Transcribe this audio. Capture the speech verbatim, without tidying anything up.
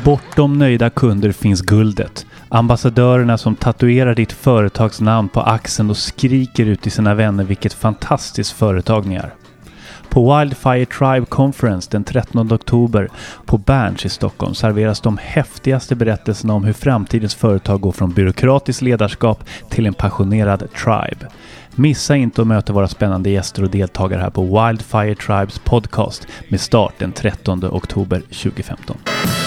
Bortom nöjda kunder finns guldet. Ambassadörerna som tatuerar ditt företags namn på axeln och skriker ut till sina vänner vilket fantastiskt företag ni är. På Wildfire Tribe Conference den trettonde oktober på Berns i Stockholm serveras de häftigaste berättelserna om hur framtidens företag går från byråkratiskt ledarskap till en passionerad tribe. Missa inte att möta våra spännande gäster och deltagare här på Wildfire Tribes podcast med start den trettonde oktober tjugohundrafemton.